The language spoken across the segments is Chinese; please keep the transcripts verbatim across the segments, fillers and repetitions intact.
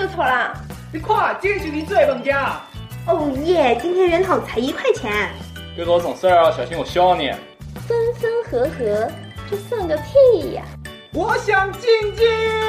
错了。 你看，这就是你最本家。 哦耶，今天人头才一块钱。 别给我整事儿啊，小心我削你。 分分合合，这算个屁呀！ 我想进京。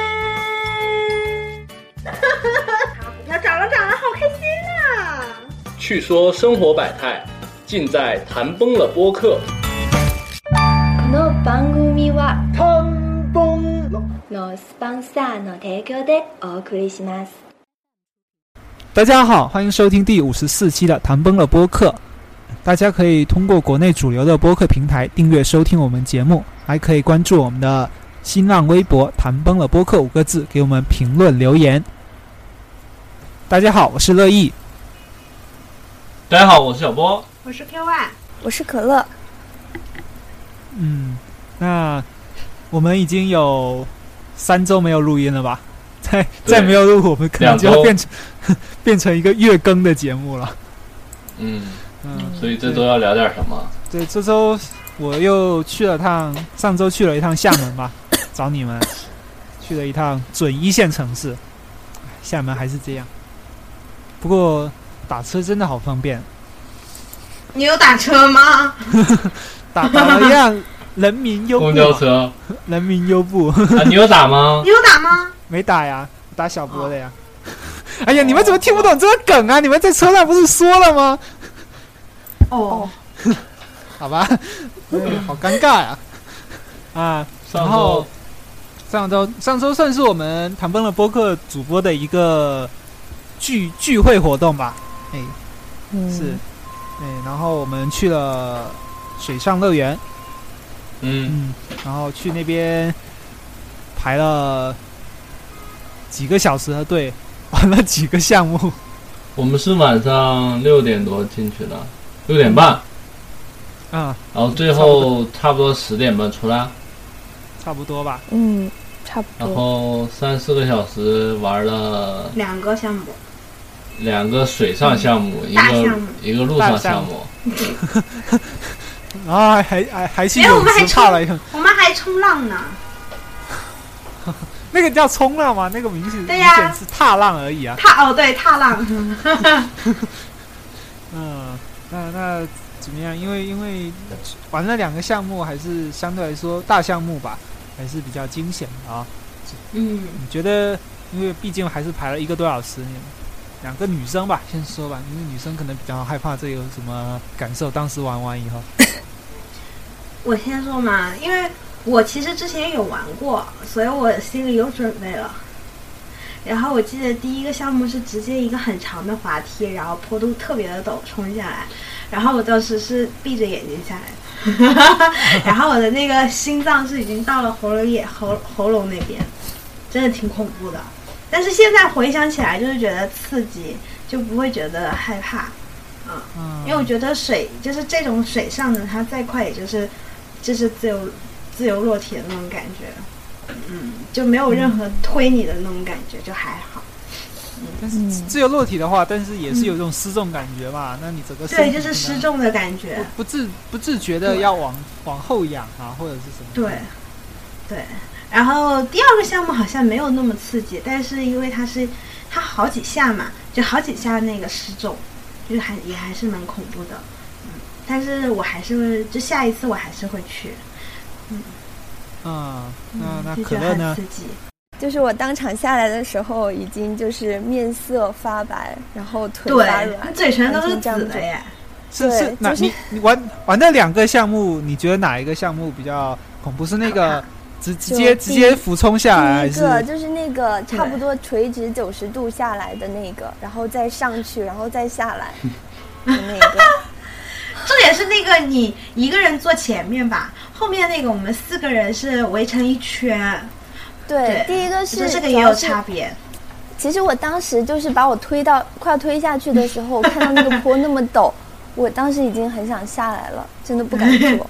好，股票涨了涨了，好开心啊！ 去说生活百态，尽在谈崩了播客。 この番組は谈崩了のスポンサーの提供でお送りします。 大家好，欢迎收听第五十四期的谈崩了播客。大家可以通过国内主流的播客平台订阅收听我们节目，还可以关注我们的新浪微博谈崩了播客五个字，给我们评论留言。大家好，我是乐意。 大家好，我是小波， 我是 Q Y， 我是可乐。 嗯，那我们已经有三周没有录音了吧？再再没有录，我们可能就要变成变成一个月更的节目了。 嗯嗯， 所以这周要聊点什么？ 对，这周我又去了趟，上周去了一趟厦门吧，找你们，去了一趟准一线城市。厦门还是这样，不过打车真的好方便。 你有打车吗？ 打打了一辆人民优步， 公交车， 人民优步啊，你有打吗？ 你有打吗？ 没打呀，打小波的呀。哦、哎呀，你们怎么听不懂这个梗啊？你们在车上不是说了吗？ 哦， 好吧，嗯，好尴尬呀！啊，然后上周上周算是我们谈崩了播客主播的一个聚聚会活动吧，哎，嗯、是，哎，然后我们去了水上乐园， 嗯嗯，然后去那边排了几个小时的队，玩了几个项目。 我们是晚上六点多进去的，六点半， 啊、嗯， 然后最后差不多十点半出来， 差不多吧。 嗯，差不多。 然后三四个小时玩了两个项目， 两个水上项目，嗯、一个一个陆上项目。 然后还还还还去泳池泡了一个， 我们还冲浪呢。 那个叫冲浪吗？那个明显对呀、 明显是踏浪而已啊。 踏哦，对，踏浪。 嗯，那那怎么样？因为因为玩了两个项目，还是相对来说大项目吧，还是比较惊险的啊。 嗯， 你觉得？因为毕竟还是排了一个多小时，两个女生吧，先说吧，因为女生可能比较害怕这有什么感受。当时玩完以后， 我先说嘛，因为我其实之前有玩过，所以我心里有准备了。然后我记得第一个项目是直接一个很长的滑梯，然后坡度特别的陡冲下来，然后我当时是闭着眼睛下来的，然后我的那个心脏是已经到了喉咙眼喉喉咙那边，真的挺恐怖的。但是现在回想起来，就是觉得刺激，就不会觉得害怕，嗯，嗯因为我觉得水就是这种水上的，它再快也就是就是自由自由落体的那种感觉。嗯，就没有任何推你的那种感觉，就还好。 嗯，但是自由落体的话，但是也是有这种失重感觉嘛。嗯、那你整个对，就是失重的感觉， 不不自不自觉的要往往后仰啊，或者是什么？ 对，对。然后第二个项目好像没有那么刺激，但是因为它是它好几下嘛，就好几下那个失重，就还也还是蛮恐怖的。嗯，但是我还是会，就下一次我还是会去。嗯。 啊、嗯，那那可乐呢？ 就是我当场下来的时候，已经就是面色发白，然后腿发软， 嘴唇都是紫的耶。 是是，那、就是、你你玩玩那两个项目，你觉得哪一个项目比较恐怖？是那个直直接直接俯冲下来，还是？ 第一个就是那个差不多垂直九十度下来的那个，然后再上去，然后再下来的那个。 重点是那个你一个人坐前面吧，后面那个我们四个人是围成一圈。 对， 对第一个是这个也有差别。 其实我当时就是把我推到快要推下去的时候，我看到那个坡那么陡，我当时已经很想下来了，真的不敢坐。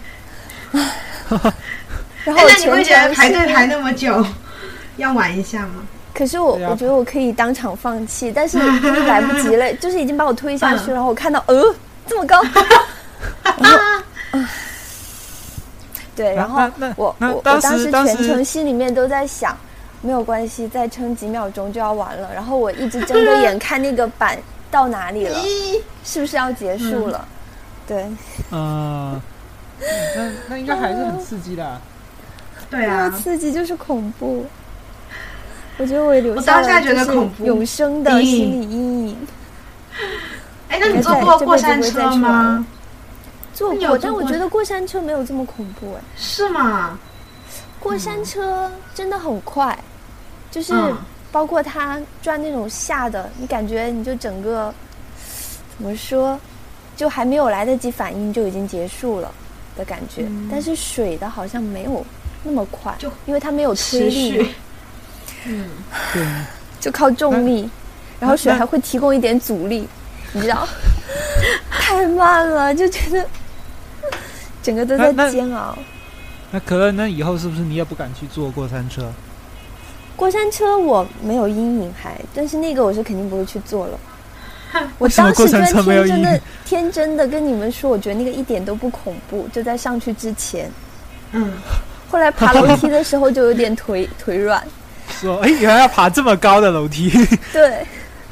然后那你会觉得排队排那么久，要玩一下吗？ 可是我、啊、我觉得我可以当场放弃，但是就是来不及了，就是已经把我推下去，然后我看到呃这么高。然后嗯、对，然后我我我当时全程心里面都在想， 没有关系，再撑几秒钟就要完了。然后我一直睁着眼看那个板到哪里了，是不是要结束了？嗯、对， 嗯、呃，那那应该还是很刺激的、啊。 对啊， 刺激就是恐怖。我觉得我也留下了就是永生的心理阴影。 哎，那你坐过过山车吗？ 坐过，但我觉得过山车没有这么恐怖哎。 是吗？ 过山车真的很快，嗯、就是包括它转那种下的，你感觉你就整个怎么说，就还没有来得及反应就已经结束了的感觉。嗯、但是水的好像没有那么快，就因为它没有推力。 嗯， 对， 就靠重力，然后水还会提供一点阻力，你知道，太慢了，就觉得整个都在煎熬。 那可乐，那以后是不是你也不敢去坐过山车？ 过山车我没有阴影还，但是那个我是肯定不会去坐了。我当时居然天真的天真的跟你们说，我觉得那个一点都不恐怖，就在上去之前。 嗯， 后来爬楼梯的时候就有点腿腿软。 说哎，原来要爬这么高的楼梯。 对。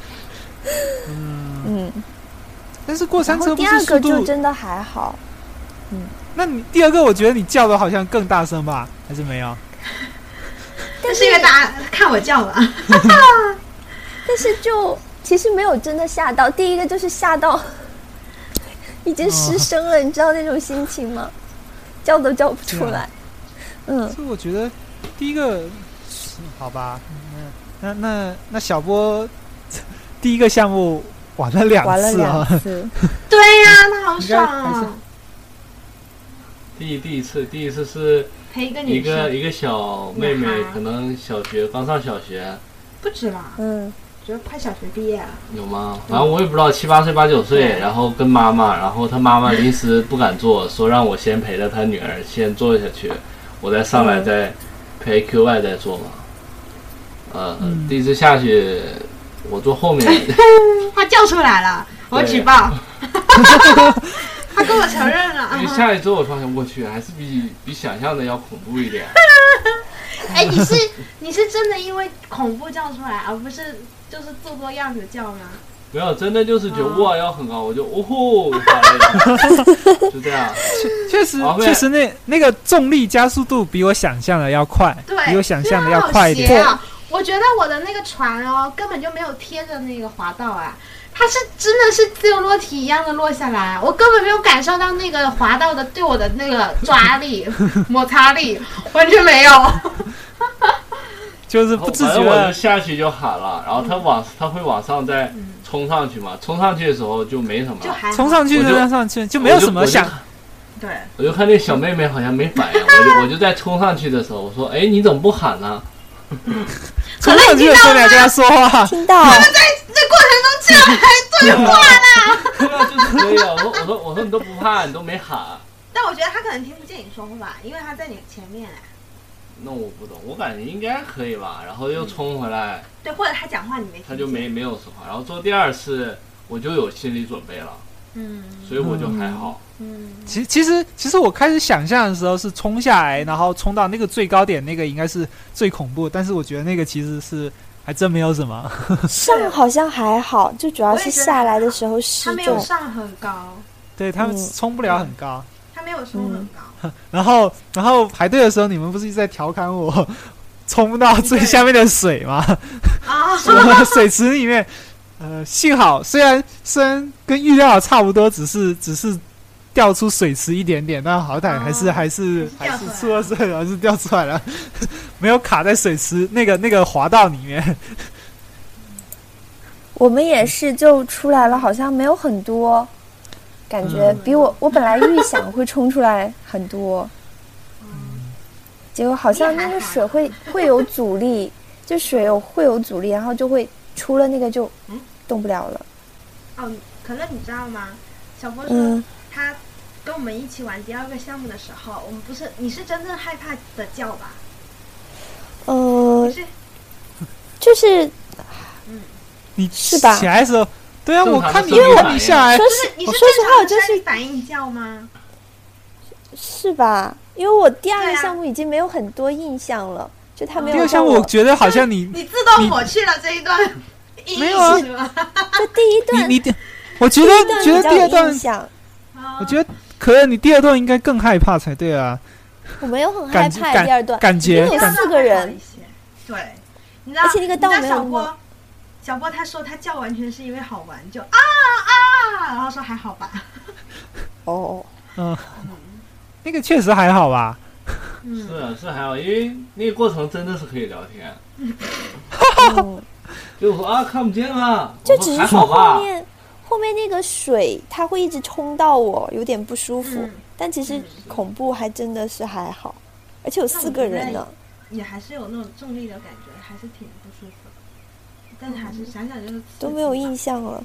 嗯嗯。 但是过山车不是速度， 第二个就真的还好。嗯。 那你第二个，我觉得你叫的好像更大声吧？还是没有？ 但是因为大家看我叫了。 但是就其实没有真的吓到，第一个就是吓到已经失声了，哦、你知道那种心情吗？叫都叫不出来。嗯。 所以我觉得第一个。好吧，那那那那小波第一个项目玩了两次啊！ 玩了两次对呀、啊，那好爽啊！ 第第一次，第一次是陪一个一个一个小妹妹，可能小学刚上小学， 不止啦， 嗯， 觉得快小学毕业了。 有吗？然后我也不知道七八岁八九岁，然后跟妈妈，然后她妈妈临时不敢坐，说让我先陪着她女儿先坐下去，我再上来再陪 Q Y 再坐嘛。呃、嗯，第一次下去，我坐后面， 他叫出来了，我举报，他跟我承认了。 因为下去之后，我发现我去，还是比比想象的要恐怖一点。 哎，你是你是真的因为恐怖叫出来，而不是就是做做样子叫吗？ 没有，真的就是觉得哇腰很高，我就哦吼，就这样。 确实，确实那那个重力加速度比我想象的要快， 对， 比我想象的要快一点。 我觉得我的那个船哦，根本就没有贴着那个滑道啊，它是真的是自由落体一样的落下来，我根本没有感受到那个滑道的对我的那个抓力、摩擦力，完全没有。 就是不自觉我就下去就喊了，然后他往他会往上再冲上去嘛，冲上去的时候就没什么， 冲上去再上去就没有什么想。 对， 我就看那小妹妹好像没反应，我就我就在冲上去的时候，我说：“哎，你怎么不喊呢？” 冲上去的时候你还跟他说话， 听到。 他们在这过程中竟然还对话呢。 对啊，就是可以啊。我说我说我说你都不怕，你都没喊。 但我觉得他可能听不见你说话，因为他在你前面哎。 那我不懂，我感觉应该可以吧。然后又冲回来。 嗯、对，或者他讲话你没听见。 他就没没有说话，然后做第二次我就有心理准备了。 嗯。 所以我就还好。 嗯。 其其实其实我开始想象的时候是冲下来，然后冲到那个最高点，那个应该是最恐怖。但是我觉得那个其实是还真没有什么。 上好像还好，就主要是下来的时候失重。 他没有上很高。 对，他们冲不了很高。 嗯、他没有冲很高。 嗯、然后然后排队的时候，你们不是一直在调侃我冲不到最下面的水吗？ 啊！ 水池里面，呃，幸好虽然虽然跟预料差不多，只是只是。掉出水池一点点，但好歹还是、哦、还是还是出了水，还是掉出来了，没有卡在水池那个那个滑道里面。 我们也是就出来了，好像没有很多，感觉比我、嗯、我本来预想会冲出来很多，嗯、结果好像那个水会会有阻力，就水有会有阻力，然后就会出了那个就动不了了。 哦，可乐你知道吗？小波说。 嗯他跟我们一起玩第二个项目的时候，我们不是你是真正害怕的叫吧？ 呃，就是， 嗯，你是吧？ 起来的时候，对啊，我看你， 因为我你下来， 说是你是正常的生理反应叫吗？ 是吧？因为我第二个项目已经没有很多印象了，啊、 就他没有。 第二项目我觉得好像你你自动抹去了这一段意义没有啊是吗？ 就第一段， 你你我觉得觉得第二段，我觉得可能你第二段应该更害怕才对啊。 我没有很害怕第二段， 感觉有四个人， 对，你知道， 而且那个道没有小波，小波他说他叫完全是因为好玩，就啊啊，然后说还好吧。 哦， 嗯，那个确实还好吧。 嗯、 是啊，是还好，因为那个过程真的是可以聊天。 嗯、 就说啊，看不见了， 就只是说后面后面那个水，它会一直冲到我，有点不舒服。 嗯、 但其实恐怖还真的是还好，而且有四个人呢， 也还是有那种重力的感觉，还是挺不舒服的。但是还是想想就是都没有印象了。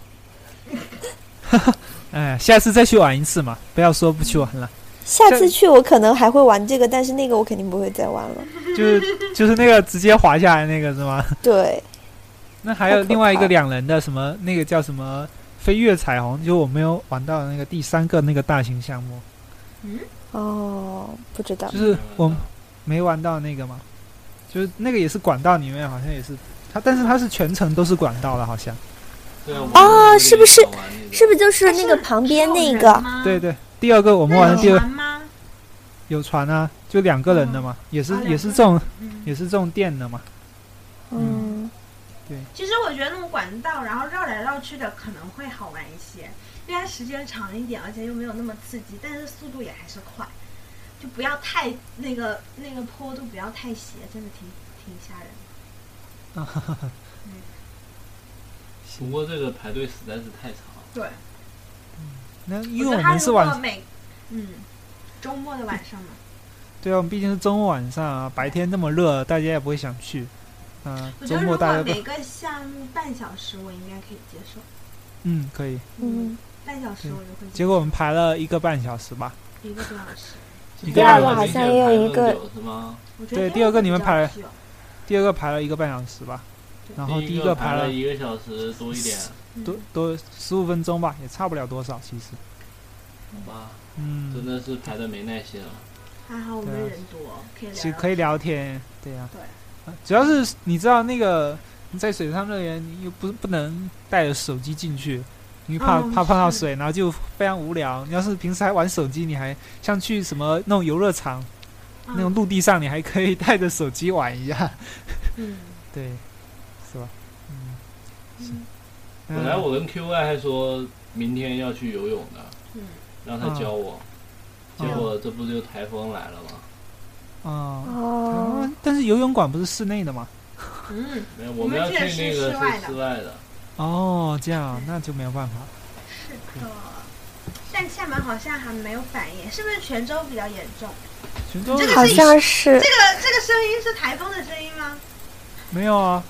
哎，下次再去玩一次嘛，不要说不去玩了。 下次去我可能还会玩这个，但是那个我肯定不会再玩了。 就是就是那个直接滑下来那个是吗？ 对。 那还有另外一个两人的什么那个叫什么飞跃彩虹，就我没有玩到的那个第三个那个大型项目。 嗯， 哦，不知道。 就是我没玩到那个嘛，就是那个也是管道里面好像也是它，但是它是全程都是管道的，好像。 对啊。 哦，是不是？是不是就是那个旁边那个？ 对对。第二个我们玩的第二有船吗？ 有船啊，就两个人的嘛，也是、 哦、 也是这种、 嗯、 也是这种电的嘛。 嗯， 对。 其实我觉得那种管道，然后绕来绕去的可能会好玩一些，因为它时间长一点，而且又没有那么刺激，但是速度也还是快，就不要太那个那个坡度不要太斜，真的挺挺吓人的。 啊哈哈。 嗯。 不过这个排队实在是太长了。 对。 那因为我们是晚， 每嗯，周末的晚上嘛。 对啊，我们毕竟是周末晚上啊，白天那么热，大家也不会想去。啊、呃，周末大家每个项目半小时，我应该可以接受。 嗯，可以。 嗯，半小时我就会接受。 结果我们排了一个半小时吧。 一个多小时。 第二个好像也有一个， 是吗？ 对，第二个你们排了，第二个排了一个半小时吧。然后第一个排了一个小时多一点。 多多十五分钟吧，也差不了多少，其实。 好吧， 嗯， 真的是排的没耐心了。 还好我们人多，可以聊。 其实可以聊天，对呀、啊。 对。 主要是你知道那个你在水上乐园，你又不不能带着手机进去，因为怕、哦、怕碰到水，然后就非常无聊。你要是平时还玩手机，你还像去什么那种游乐场，嗯、那种陆地上，你还可以带着手机玩一下。 嗯， 对，是吧？嗯。 嗯本来我跟 Q Y 还说明天要去游泳的， 嗯， 让他教我，嗯、结果这不就台风来了吗？ 哦、 嗯，哦， 但是游泳馆不是室内的吗？ 嗯， 没有，我们要去那个是室外的。 哦，这样那就没有办法。 是的，但厦门好像还没有反应，是不是泉州比较严重？ 泉州好像是。 这个这个声音是台风的声音吗？ 没有啊。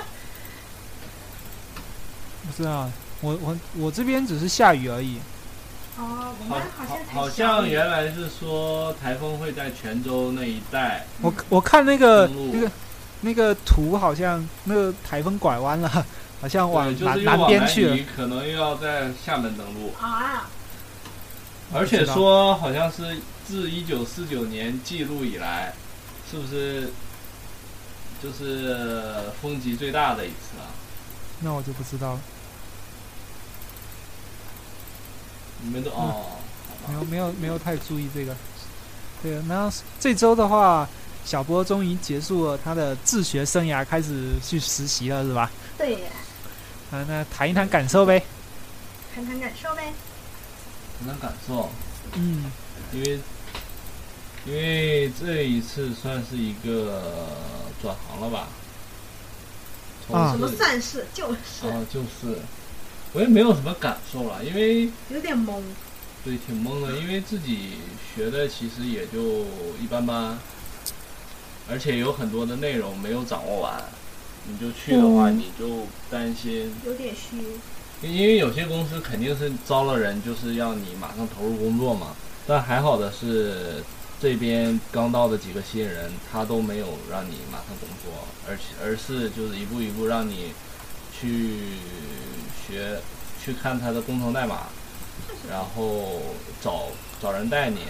不是啊，我我我这边只是下雨而已。 哦，我们好像好像原来是说台风会在泉州那一带。 我我看那个那个那个图，好像那个台风拐弯了，好像往南、 就是、 南边去了， 可能又要在厦门登陆啊。 而且说好像是自一九四九年记录以来，是不是就是风级最大的一次啊？ 那我就不知道了。 你们都哦、 嗯，没有没有没有太注意这个。对，然后这周的话，小波终于结束了他的自学生涯，开始去实习了，是吧？ 对呀。 啊，那谈一谈感受呗。 谈谈感受呗。 谈谈感受。 嗯。 因为因为这一次算是一个转行了吧？ 啊。 什么算是？就是。 啊，就是。我也没有什么感受了，因为有点懵。 对，挺懵的，因为自己学的其实也就一般般，而且有很多的内容没有掌握完，你就去的话， 嗯、 你就担心。 有点虚。 因为有些公司肯定是招了人，就是要你马上投入工作嘛。但还好的是，这边刚到的几个新人，他都没有让你马上工作，而且而是就是一步一步让你去。学去看他的工程代码，然后找找人带你啊，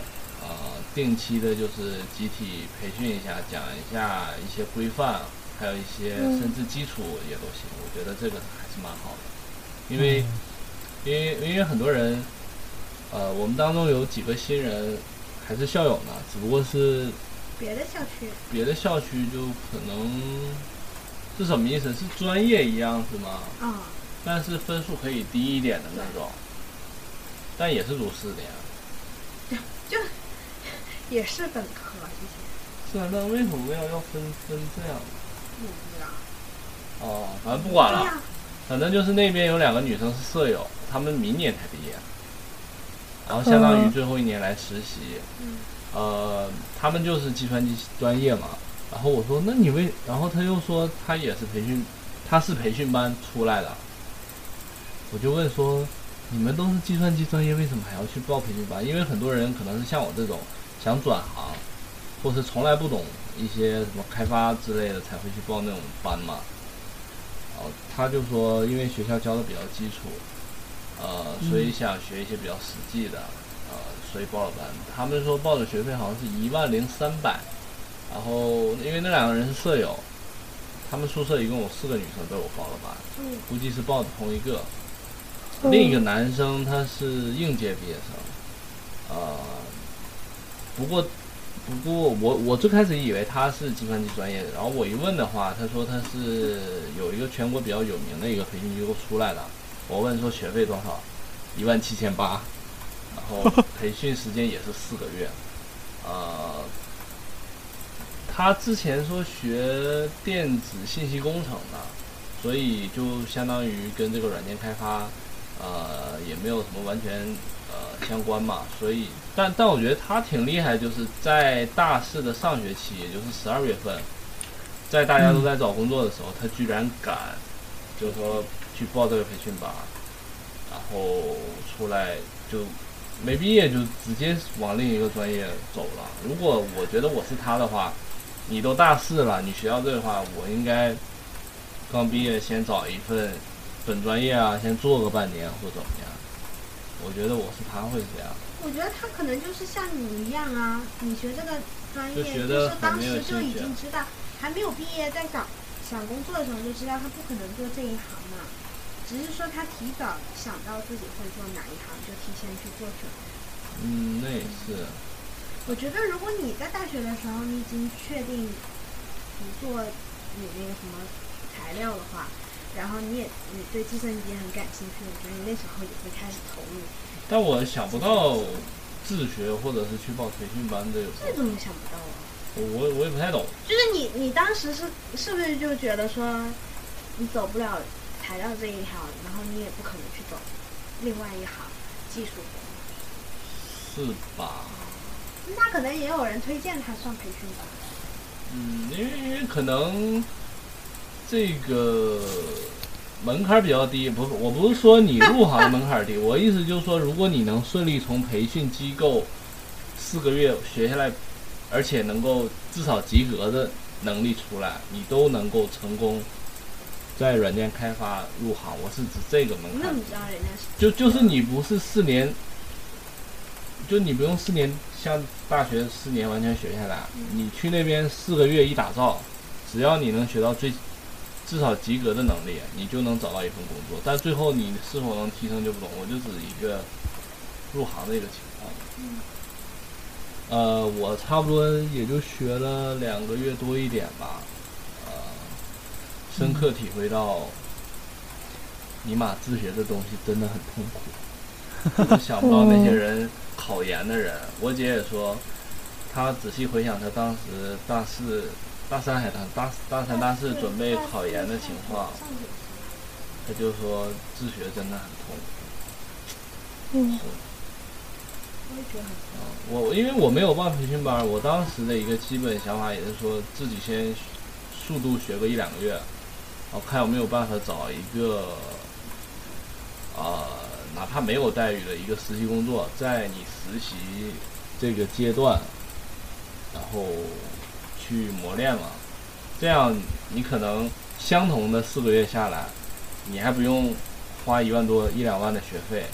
定期的就是集体培训一下，讲一下一些规范，还有一些甚至基础也都行。嗯、我觉得这个还是蛮好的，因为、嗯、因为因为很多人，呃，我们当中有几个新人还是校友呢，只不过是别的校区， 别的校区就可能是什么意思？是专业一样是吗？ 啊、哦， 但是分数可以低一点的那种，但也是读四年， 就也是本科这些。 是啊，那为什么要要分分这样？ 不知道。 哦，反正不管了， 啊、 反正就是那边有两个女生是舍友，她们明年才毕业，然后相当于最后一年来实习。 嗯。 呃，他们就是计算机专业嘛。然后我说，那你为……然后他又说他也是培训，他是培训班出来的。我就问说，你们都是计算机专业，为什么还要去报培训班？因为很多人可能是像我这种想转行，或是从来不懂一些什么开发之类的，才会去报那种班嘛。然后他就说，因为学校教的比较基础，呃，所以想学一些比较实际的，呃，所以报了班。他们说报的学费好像是一万零三百。然后因为那两个人是舍友，他们宿舍一共有四个女生都有报了班， 嗯、 估计是报的同一个。嗯、另一个男生他是应届毕业生，呃，不过不过我我最开始以为他是计算机专业的，然后我一问的话，他说他是有一个全国比较有名的一个培训机构出来的。我问说学费多少，一万七千八，然后培训时间也是四个月，呃。他之前说学电子信息工程的，所以就相当于跟这个软件开发，呃，也没有什么完全呃相关嘛。所以，但但我觉得他挺厉害，就是在大四的上学期，也就是十二月份，在大家都在找工作的时候，他居然敢，就是说去报这个培训班，然后出来就没毕业就直接往另一个专业走了。如果我觉得我是他的话，你都大四了，你学校这个话，我应该刚毕业先找一份本专业啊，先做个半年或怎么样。我觉得我是他会这样。 我觉得他可能就是像你一样啊，你学这个专业， 就就是当时就已经知道，还没有毕业，在找想工作的时候就知道他不可能做这一行嘛，只是说他提早想到自己会做哪一行，就提前去做准备。 嗯，那也是。 我觉得如果你在大学的时候你已经确定不做你那个什么材料的话，然后你也你对计算机很感兴趣，我觉得你那时候也会开始投入。 但我想不到自学或者是去报培训班这个。 这种想不到啊。 我我也不太懂。 就是你你当时是是不是就觉得说你走不了材料这一条，然后你也不可能去走另外一行技术活？ 是吧？ 那可能也有人推荐他上培训班。 嗯，因为因为可能这个门槛比较低，不是，我不是说你入行的门槛低，我意思就是说，如果你能顺利从培训机构四个月学下来，而且能够至少及格的能力出来，你都能够成功在软件开发入行。我是指这个门槛。 那你知道人家是就就是你不是四年。就你不用四年像大学四年完全学下来， 嗯、 你去那边四个月一打造，只要你能学到最至少及格的能力，你就能找到一份工作。但最后你是否能提升就不懂，我就指一个入行的一个情况。 嗯、 呃，我差不多也就学了两个月多一点吧，呃，深刻体会到，尼玛自学这东西真的很痛苦。我想不到那些人。考研的人，我姐也说，她仔细回想她当时大四、大三还大大大三、大四准备考研的情况，她就说自学真的很痛苦。 嗯， 我也觉得很痛苦。 我因为我没有报培训班，我当时的一个基本想法也是说自己先速度学个一两个月，然后看有没有办法找一个啊。呃哪怕没有待遇的一个实习工作，在你实习这个阶段，然后去磨练了，这样你可能相同的四个月下来，你还不用花一万多一两万的学费，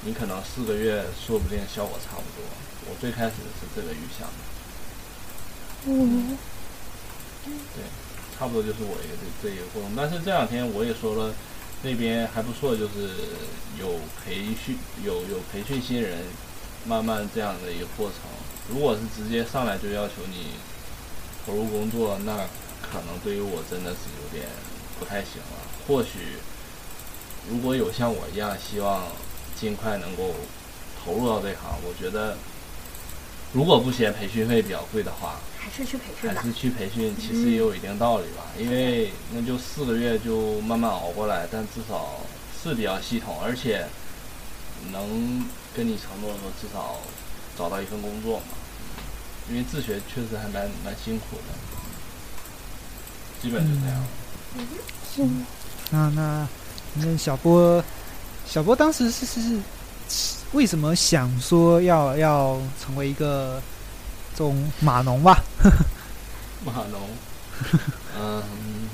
你可能四个月说不定效果差不多。我最开始是这个预想的。 嗯， 对，差不多就是我一个这这一个过程。但是这两天我也说了，那边还不错，就是有培训，有有培训新人，慢慢这样的一个过程。如果是直接上来就要求你投入工作，那可能对于我真的是有点不太行了。或许如果有像我一样希望尽快能够投入到这行，我觉得如果不嫌培训费比较贵的话， 还是去培训吧。 还是去培训，其实也有一定道理吧。嗯、因为那就四个月就慢慢熬过来，但至少是比较系统，而且能跟你承诺说至少找到一份工作嘛。因为自学确实还蛮蛮辛苦的，基本就这样。 嗯，是。 那那那小波，小波当时是是是为什么想说要要成为一个这种码农吧？ 码农，嗯，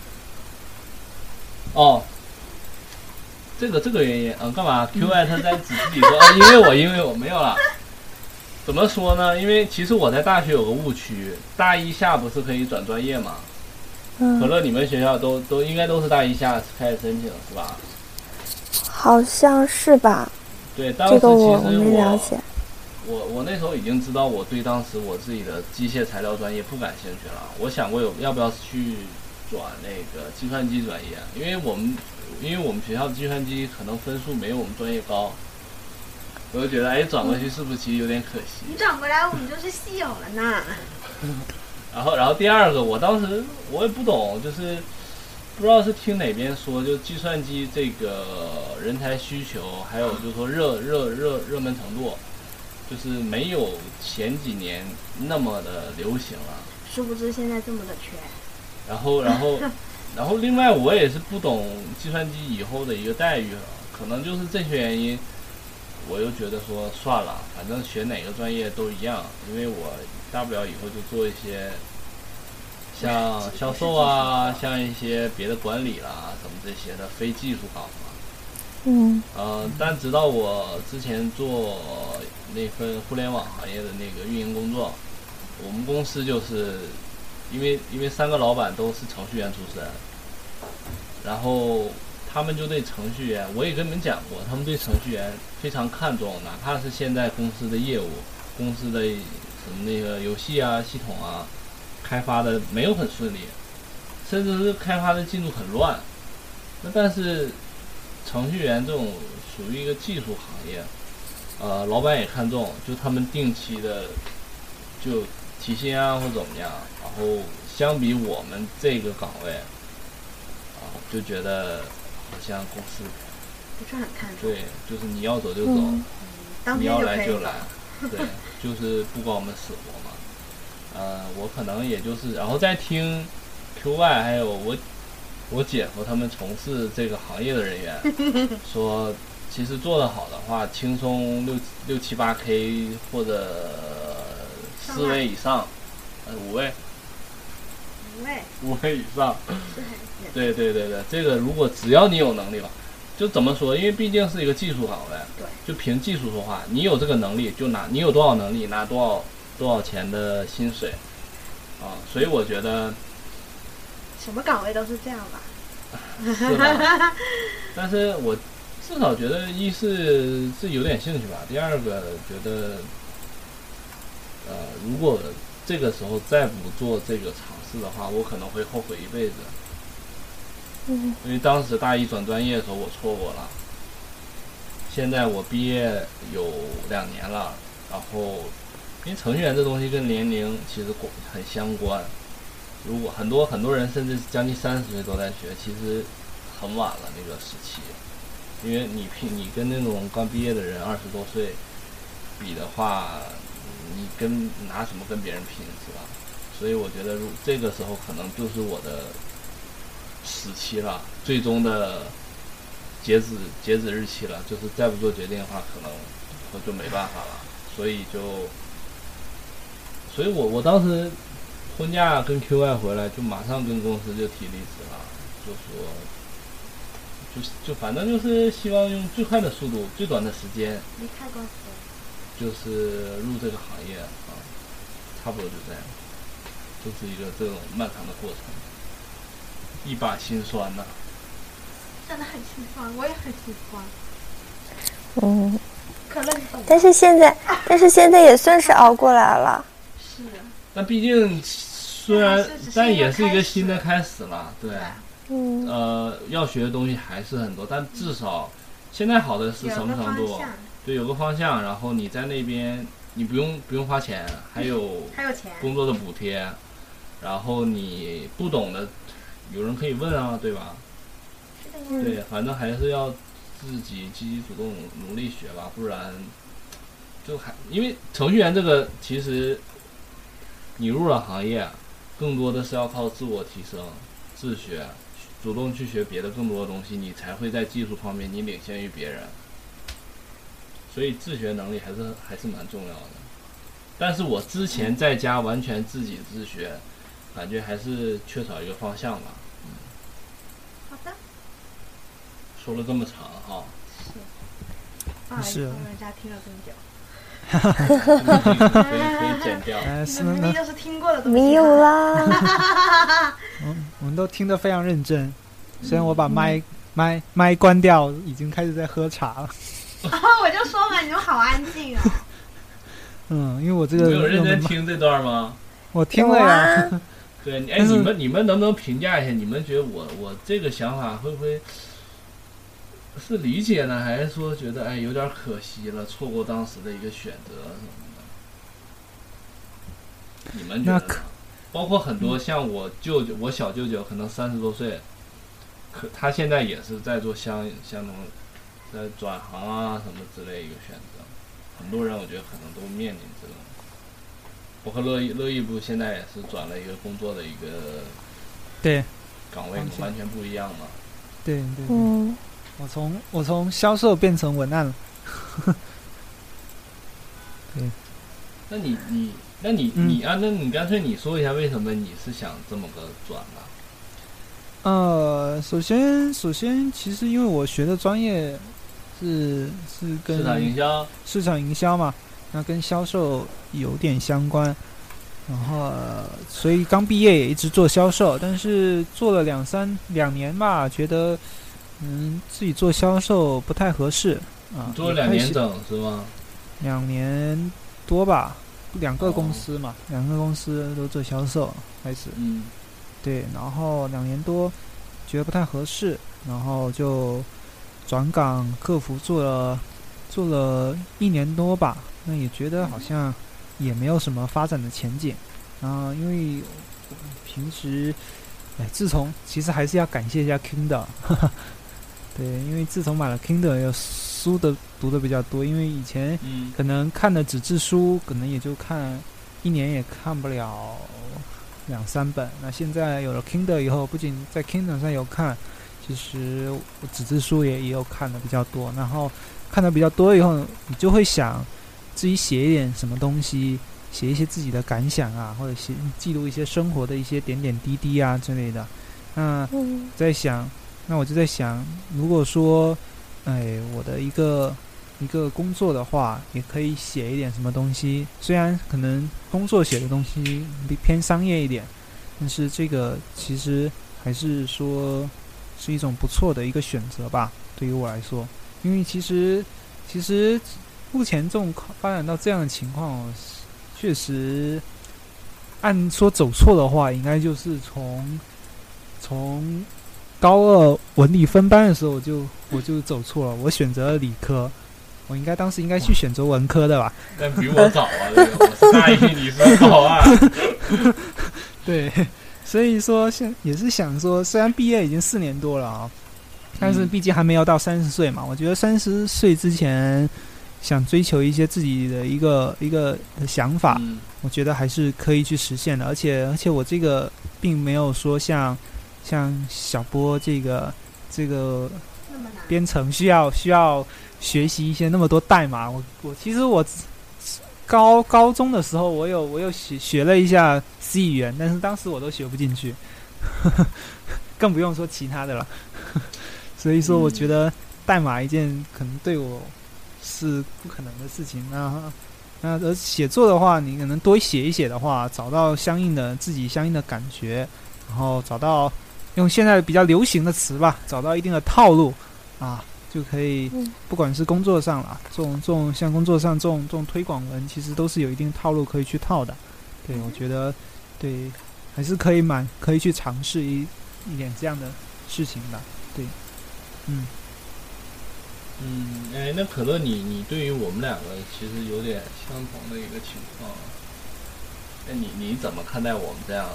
哦，这个这个原因，嗯，干嘛 ？Q I 他在指自己说，啊，因为我因为我没有了。怎么说呢？因为其实我在大学有个误区，大一下不是可以转专业吗？ 嗯， 可乐，你们学校都都应该都是大一下开始申请是吧？ 好像是吧。 对，当时其实这个我我没了解。 我我那时候已经知道我对当时我自己的机械材料专业不感兴趣了。我想过有要不要去转那个计算机专业，因为我们因为我们学校的计算机可能分数没有我们专业高。我就觉得，哎，转过去是不是其实有点可惜？ 你转过来，我们就是系友了呢。 然后，然后第二个，我当时我也不懂，就是不知道是听哪边说，就计算机这个人才需求，还有就是说热热热热门程度，就是没有前几年那么的流行了。 殊不知现在这么的缺。 然后，然后，然后，另外我也是不懂计算机以后的一个待遇了，可能就是这些原因。我又觉得说算了，反正学哪个专业都一样，因为我大不了以后就做一些像销售啊，像一些别的管理啦什么这些的非技术岗嘛。 嗯。 呃，但直到我之前做那份互联网行业的那个运营工作，我们公司就是因为因为三个老板都是程序员出身，然后。他们就对程序员，我也跟你们讲过，他们对程序员非常看重，哪怕是现在公司的业务、公司的什么那个游戏啊、系统啊，开发的没有很顺利，甚至是开发的进度很乱。那但是程序员这种属于一个技术行业，呃，老板也看重，就他们定期的就提薪啊或怎么样，然后相比我们这个岗位，啊、呃，就觉得。好像公司不是很看重， 对，就是你要走就走， 嗯、 你要来就来，对，就是不管我们死活嘛。呃，我可能也就是，然后再听 Q Y 还有我我姐夫他们从事这个行业的人员说，其实做得好的话，轻松六六七八 K 或者四位以上，呃，五位。 五位， 五位以上，对对对对，这个如果只要你有能力吧，就怎么说？因为毕竟是一个技术岗位， 对， 就凭技术说话，你有这个能力就拿，你有多少能力拿多少多少钱的薪水，啊，所以我觉得什么岗位都是这样吧， 是吧？但是我至少觉得一是是有点兴趣吧，第二个觉得，呃，如果这个时候再不做这个尝试的话，我可能会后悔一辈子。 嗯， 因为当时大一转专业的时候我错过了，现在我毕业有两年了，然后因为程序员这东西跟年龄其实很相关，如果很多很多人甚至将近三十岁都在学，其实很晚了那个时期，因为你拼你跟那种刚毕业的人二十多岁比的话，你跟拿什么跟别人拼是吧？所以我觉得如这个时候可能就是我的时期了，最终的截止截止日期了，就是再不做决定的话，可能我就没办法了。所以就，所以我我当时婚假跟 Q Y 回来，就马上跟公司就提离职了，就说就就反正就是希望用最快的速度、最短的时间离开公司， 就是入这个行业啊，差不多就这样，就是一个这种漫长的过程，一把辛酸呐、啊。 真的很心酸，我也很心酸。 嗯， 可乐你懂吗？ 但是现在，但是现在也算是熬过来了。 是。 但毕竟，虽然但也是一个新的开始了，对。 嗯。 呃，要学的东西还是很多，但至少现在好的是什么程度？对，有个方向，然后你在那边，你不用不用花钱，还有还有钱工作的补贴，然后你不懂的，有人可以问啊，对吧？ 嗯、 对，反正还是要自己积极主动努力学吧，不然就还因为程序员这个其实你入了行业，更多的是要靠自我提升、自学，主动去学别的更多的东西，你才会在技术方面你领先于别人。所以自学能力还是还是蛮重要的。但是我之前在家完全自己自学，感觉还是缺少一个方向吧。嗯， 好的。 说了这么长哈。 是。不好意思，人家听了这么久。 哈哈哈可以可以剪掉。 明明就是听过的东西。 没有啦。 嗯，我们都听得非常认真。虽然我把麦、嗯、麦麦关掉，已经开始在喝茶了。 哦，我就说嘛，你们好安静啊。 嗯，因为我这个你有认真听这段吗？ 我听了呀。 啊、 对，哎，你们你们能不能评价一下？你们觉得我我这个想法会不会是理解呢，还是说觉得哎有点可惜了，错过当时的一个选择什么的？你们觉得呢？包括很多像我舅舅，我小舅舅可能三十多岁，可他现在也是在做相相同。在转行啊什么之类一个选择，很多人我觉得可能都面临这种。我和乐意乐意部现在也是转了一个工作的一个对岗位，完全不一样嘛。 对对对， 嗯， 我从我从销售变成文案了。对， 那你你那你、嗯、你啊，那你干脆你说一下为什么你是想这么个转吧？ 呃，首先首先其实因为我学的专业。是是跟市场营销， 市场营销嘛，那跟销售有点相关，然后、呃、所以刚毕业也一直做销售，但是做了两三两年吧，觉得嗯自己做销售不太合适啊。 做了两年整是吗？ 两年多吧，两个公司嘛，哦、两个公司都做销售开始， 嗯， 对，然后两年多觉得不太合适，然后就。转岗客服做了做了一年多吧，那也觉得好像也没有什么发展的前景。然后因为平时，哎，自从其实还是要感谢一下 Kindle， 对，因为自从买了 Kindle， 有书的读的比较多，因为以前可能看的纸质书，可能也就看一年也看不了两三本。那现在有了 Kindle 以后，不仅在 Kindle 上有看。其实我纸质书也也有看的比较多，然后看的比较多以后，你就会想自己写一点什么东西，写一些自己的感想啊，或者写记录一些生活的一些点点滴滴啊之类的。那在想，那我就在想，如果说，哎，我的一个一个工作的话，也可以写一点什么东西。虽然可能工作写的东西偏商业一点，但是这个其实还是说。是一种不错的一个选择吧，对于我来说，因为其实其实目前这种发展到这样的情况，确实按说走错的话，应该就是从从高二文理分班的时候我就我就走错了，我选择了理科，我应该当时应该去选择文科的吧？ 但比我早啊，这个我是大一，你是高二， 对。所以说，现也是想说，虽然毕业已经四年多了啊，但是毕竟还没有到三十岁嘛。我觉得三十岁之前，想追求一些自己的一个一个想法， 嗯、 我觉得还是可以去实现的。而且而且我这个并没有说像像小波这个这个编程需要需要学习一些那么多代码。我我其实我。高高中的时候，我有我有学学了一下 C 语言，但是当时我都学不进去，呵呵更不用说其他的了。 所以说我觉得代码一件可能对我是不可能的事情。那那而写作的话，你可能多写一写的话，找到相应的自己相应的感觉，然后找到用现在比较流行的词吧，找到一定的套路啊，就可以不管是工作上啦，这种这种像工作上这种这种推广文，其实都是有一定套路可以去套的。对，我觉得对还是可以蛮可以去尝试一一点这样的事情的。对，嗯。 嗯，哎，那可乐你，你对于我们两个其实有点相同的一个情况，那你你怎么看待我们这样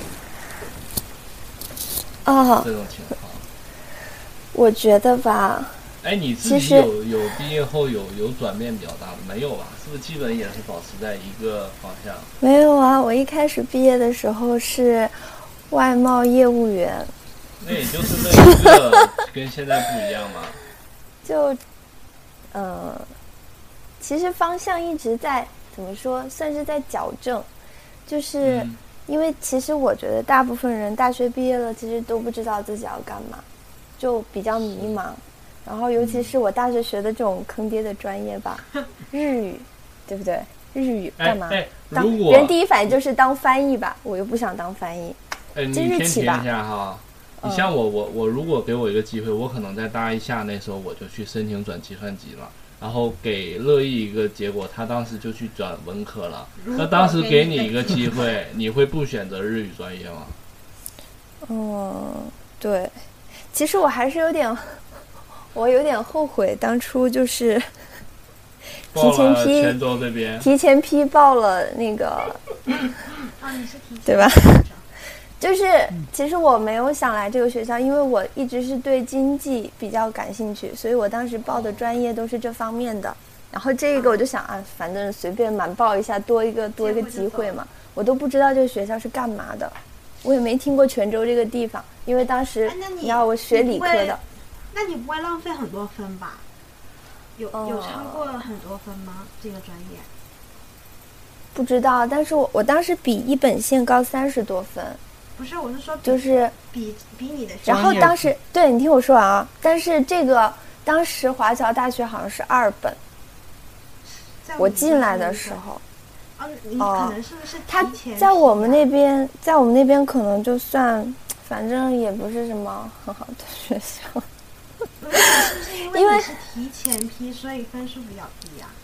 啊、 这种情况？ 我觉得吧， 哎，你自己有有毕业后有有转变比较大的没有吧？是不是基本也是保持在一个方向？ 没有啊，我一开始毕业的时候是外贸业务员， 那也就是那一个跟现在不一样嘛。 就，呃，其实方向一直在怎么说，算是在矫正，就是因为其实我觉得大部分人大学毕业了，其实都不知道自己要干嘛，就比较迷茫。然后尤其是我大学学的这种坑爹的专业吧，日语，对不对？日语干嘛？ 哎哎、 当如果别人第一反应就是当翻译吧，我又不想当翻译。 哎，你先停一下哈。你像我，我我如果给我一个机会，我可能在大一下那时候我就去申请转计算机了，然后给乐意一个结果，他当时就去转文科了。那当时给你一个机会，你会不选择日语专业吗？ 嗯，对，其实我还是有点，我有点后悔当初就是提前批泉州这边提前批报了那个， 哦，你是提前对吧？就是其实我没有想来这个学校，因为我一直是对经济比较感兴趣，所以我当时报的专业都是这方面的。然后这个我就想啊，反正随便满报一下，多一个多一个机会嘛。我都不知道这个学校是干嘛的，我也没听过泉州这个地方，因为当时你知道我学理科的。 那你不会浪费很多分吧？有有超过了很多分吗？这个专业？ 不知道，但是我我当时比一本线高三十多分。 不是，我是说就是比比你的。 然后当时对你听我说完啊，但是这个当时华侨大学好像是二本，我进来的时候。 哦，你可能是不是他在我们那边，在我们那边可能就算，反正也不是什么很好的学校。 是不是因为你是提前批，所以分数比较低呀？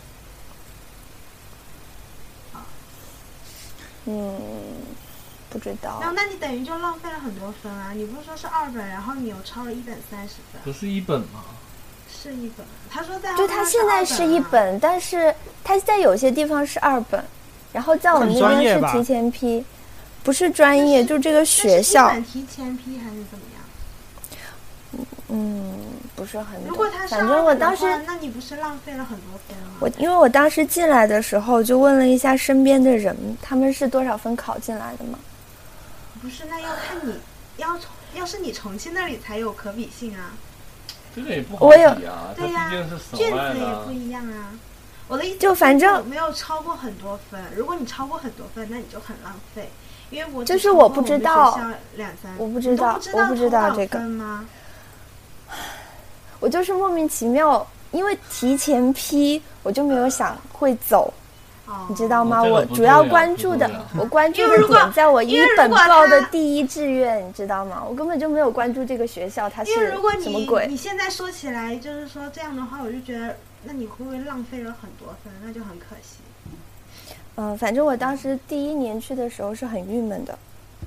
啊， 嗯。不知道。 那那你等于就浪费了很多分啊！你不是说是二本，然后你又超了一本三十分？ 不是一本吗？ 是一本。他说在、啊、 就他现在是一本，但是他在有些地方是二本，然后在我们那边是提前批，不是专业，就这个学校。 是提前批还是怎么样？ 嗯，不是很懂。 如果他是反正我当时， 那你不是浪费了很多分吗？ 我因为我当时进来的时候就问了一下身边的人，他们是多少分考进来的嘛？ 不是，那要看你要要是你重庆那里才有可比性啊。 这个也不好比啊，它毕竟是省外的。 卷子也不一样啊。我的意思就反正没有超过很多分，如果你超过很多分，那你就很浪费。因为我就是我不知道， 两三， 我不知道，我不知道这个吗？ 我就是莫名其妙，因为提前批，我就没有想会走。你知道吗？我主要关注的，我关注的点在我一本报的第一志愿，你知道吗？我根本就没有关注这个学校它是什么鬼。 你现在说起来，就是说这样的话，我就觉得，那你会不会浪费了很多分？那就很可惜。 嗯、呃，反正我当时第一年去的时候是很郁闷的。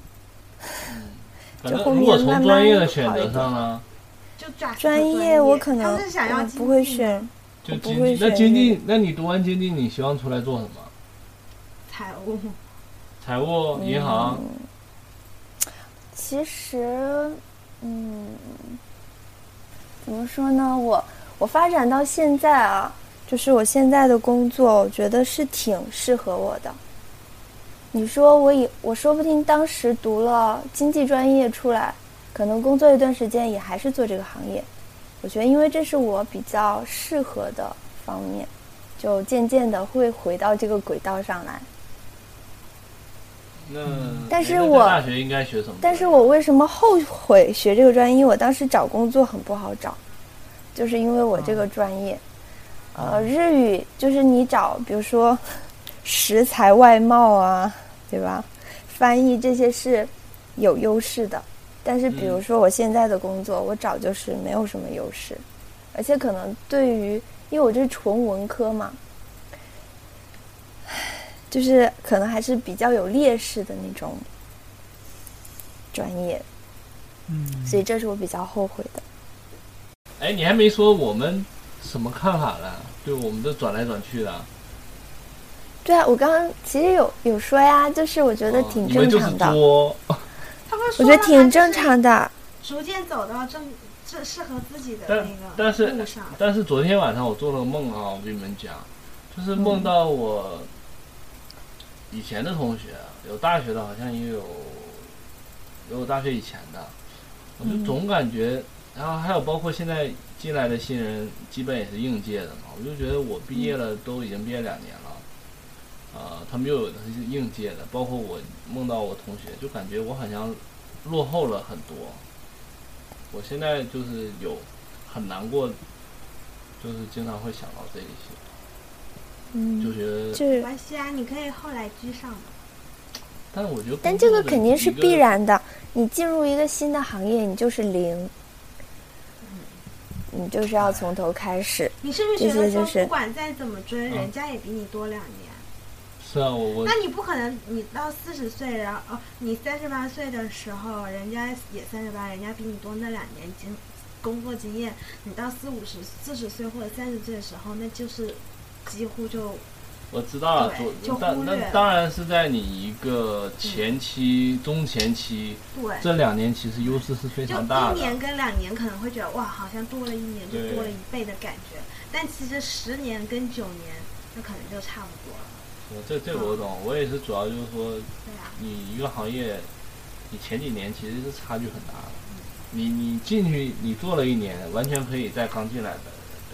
嗯，就后面慢慢从专业的选择上呢， 就专业我可能我不会选。 就经济，那经济，那你读完经济，你希望出来做什么？ 财务， 财务，银行。 嗯、其实，嗯，怎么说呢？我我发展到现在啊，就是我现在的工作，我觉得是挺适合我的。你说我以我说不定当时读了经济专业出来，可能工作一段时间也还是做这个行业。我觉得因为这是我比较适合的方面，就渐渐的会回到这个轨道上来。 那但是我大学应该学什么？ 但是我为什么后悔学这个专业？因为我当时找工作很不好找，就是因为我这个专业，嗯、呃，日语就是你找，比如说食材外贸啊，对吧？翻译这些是有优势的，但是比如说我现在的工作，嗯、我找就是没有什么优势，而且可能对于，因为我这是纯文科嘛。就是可能还是比较有劣势的那种专业， 嗯， 所以这是我比较后悔的。 哎，你还没说我们什么看法呢？对我们这转来转去的。 对啊，我刚刚其实有有说呀，就是我觉得挺正常的。 哦、 他们我觉得挺正常的。 逐渐走到正这适合自己的但那个但是路上。 但是昨天晚上我做了个梦啊，我跟你们讲，就是梦到我。嗯以前的同学有大学的，好像也有有我大学以前的，我就总感觉，嗯、然后还有包括现在进来的新人，基本也是应届的嘛，我就觉得我毕业了，都已经毕业两年了，呃，他们又有的是应届的，包括我梦到我同学，就感觉我好像落后了很多。我现在就是有很难过，就是经常会想到这一些。 嗯， 就觉得没关系啊，你可以后来居上的。 但我觉得， 但这个肯定是必然的。你进入一个新的行业，你就是零，嗯、你就是要从头开始。 你是不是觉得说， 就是不管再怎么追，人家也比你多两年？ 是啊，我我。 那你不可能，你到四十岁，然后哦，你三十八岁的时候，人家也三十八，人家比你多那两年经工作经验。你到四五十、四十岁或者三十岁的时候，那就是。几乎就我知道了，但那当然是在你一个前期、嗯、中前期， 对这两年其实优势是非常大的。 就一年跟两年可能会觉得哇，好像多了一年就多了一倍的感觉，但其实十年跟九年那可能就差不多了。 我这这个我懂，嗯、我也是主要就是说， 对啊， 你一个行业，你前几年其实是差距很大的。嗯、你你进去你做了一年，完全可以在刚进来的。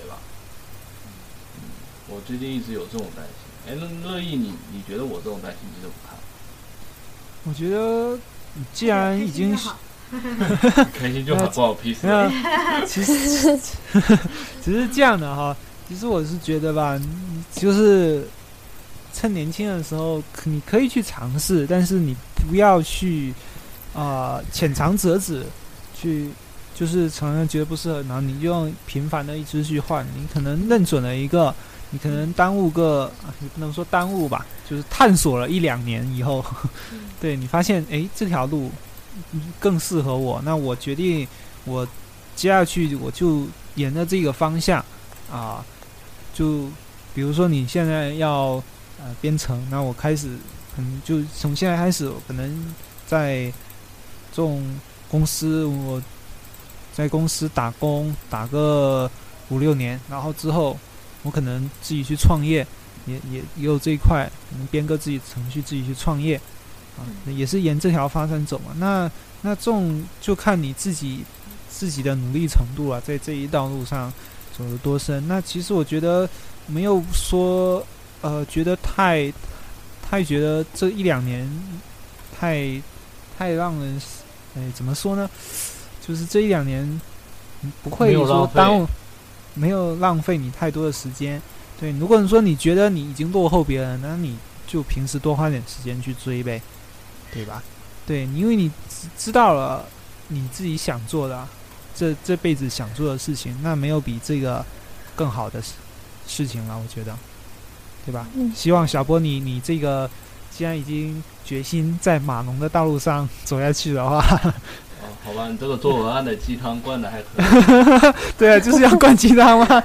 我最近一直有这种担心，哎，那乐意你你觉得我这种担心你怎么看？ 我觉得你既然已经开心就好，不好意思。 其实只是这样的哈，其实我是觉得吧，就是趁年轻的时候，你可以去尝试，但是你不要去啊浅尝辄止，去就是常常觉得不适合，然后你就用频繁的一直去换，你可能认准了一个。你可能耽误个，也不能说耽误吧，就是探索了一两年以后，嗯、对你发现，哎，这条路更适合我，那我决定，我接下去我就沿着这个方向啊，就比如说你现在要呃编程，那我开始可能就从现在开始，我可能在这种公司，我在公司打工打个五六年，然后之后。我可能自己去创业，也也也有这一块，可能编个自己程序，自己去创业，啊，也是沿这条发展走嘛。那那这种就看你自己自己的努力程度啊，在这一道路上走得多深。那其实我觉得没有说呃，觉得太太觉得这一两年太太让人，哎，怎么说呢？就是这一两年不会说耽误。没有浪费你太多的时间，对。如果你说你觉得你已经落后别人，那你就平时多花点时间去追呗，对吧？对，因为你知道了你自己想做的，这这辈子想做的事情，那没有比这个更好的事情了，我觉得，对吧？嗯、希望小波你你这个既然已经决心在码农的道路上走下去的话。 哦，好吧，你这个做文案的鸡汤灌的还可以。 对啊，就是要灌鸡汤嘛。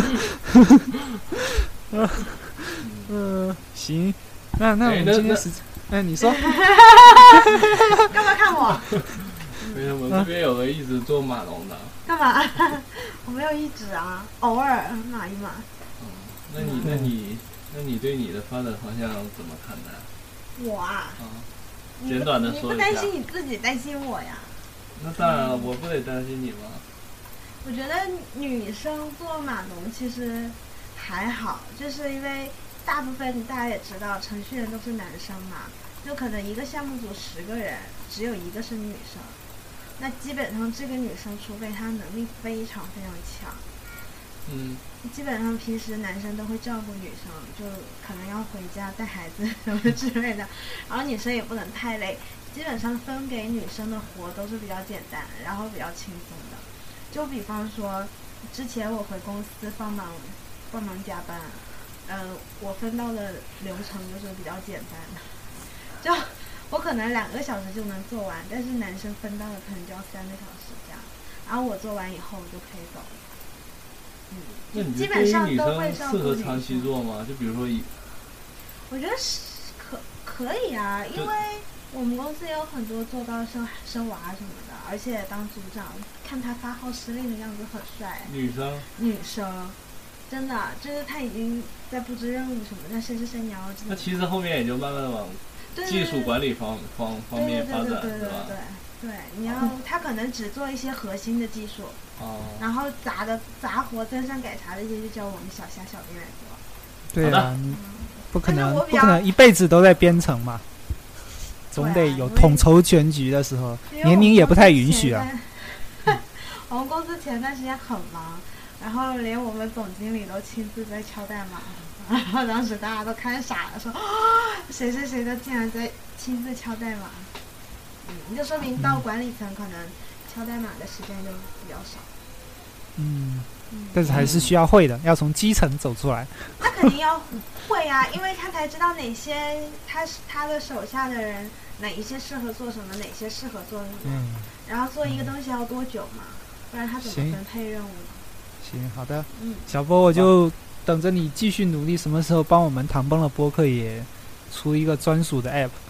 嗯、呃，行，那那我们今天时间，哎，你说。 干嘛看我？ 没什么，这边有个一直做码农的。 干嘛？我没有一直啊，偶尔码一码。 嗯，那你那你那你对你的发展方向怎么看待？ 我啊。 啊。简短的说一下。 你不担心你自己，担心我呀？ 那当然了，我不得担心你吗？ 我觉得女生做码农其实还好，就是因为大部分大家也知道，程序员都是男生嘛。 就可能一个项目组十个人，只有一个是女生，那基本上这个女生除非她能力非常非常强， 嗯， 基本上平时男生都会照顾女生，就可能要回家带孩子什么之类的，然后女生也不能太累，基本上分给女生的活都是比较简单，然后比较轻松的。就比方说，之前我回公司帮忙帮忙加班，呃，我分到的流程就是比较简单的，就我可能两个小时就能做完，但是男生分到的可能就要三个小时这样，然后我做完以后我就可以走了。嗯， 那你基本上觉得对于女都会照生适合顾女长期生。 做吗？就比如说以， 我觉得是可可以啊，因为我们公司也有很多做到生生娃什么的，而且当组长，看他发号施令的样子很帅。 女生， 女生，真的就是他已经在布置任务什么的，谁谁谁你要这那其实后面也就慢慢往技术管理方方方面发展， 对对对对对是吧？ 对，你要他可能只做一些核心的技术， 哦， 然后杂的杂活增删改查这些就叫我们小虾小编来做。 对啊，你不可能但是我比较不可能一辈子都在编程嘛，总得有统筹全局的时候，年龄也不太允许啊。 我们公司前段时间很忙，然后连我们总经理都亲自在敲代码，然后当时大家都看傻了，说谁谁谁的竟然在亲自敲代码，嗯，就说明到管理层可能敲代码的时间就比较少。 嗯，但是还是需要会的，要从基层走出来。 那肯定要会啊，因为他才知道哪些他他的手下的人哪一些适合做什么，哪些适合做什么， 嗯， 然后做一个东西要多久嘛，不然他怎么分配任务呢？ 行，好的， 嗯， 小波，我就等着你继续努力，什么时候帮我们糖崩了播客也出一个专属的 app。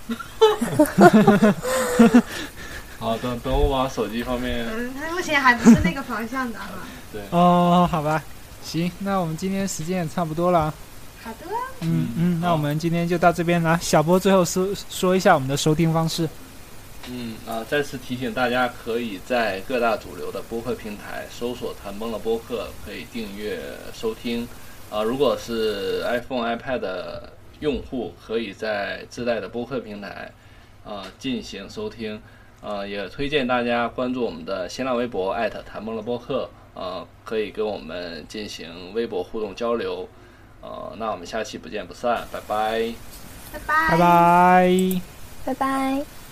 好，等等我往手机方面。 嗯，他目前还不是那个方向的哈。 对。 哦，好吧，行，那我们今天时间也差不多了。 好的。 嗯嗯，那我们今天就到这边了。小波最后说说一下我们的收听方式。 嗯啊，再次提醒大家，可以在各大主流的播客平台搜索“谈崩了播客”，可以订阅收听。啊，如果是 iPhone、iPad 的用户，可以在自带的播客平台啊进行收听。啊，也推荐大家关注我们的新浪微博艾特谈崩了播客，啊，可以跟我们进行微博互动交流。呃，那我们下期不见不散，拜拜。 拜拜。 拜拜。 拜拜。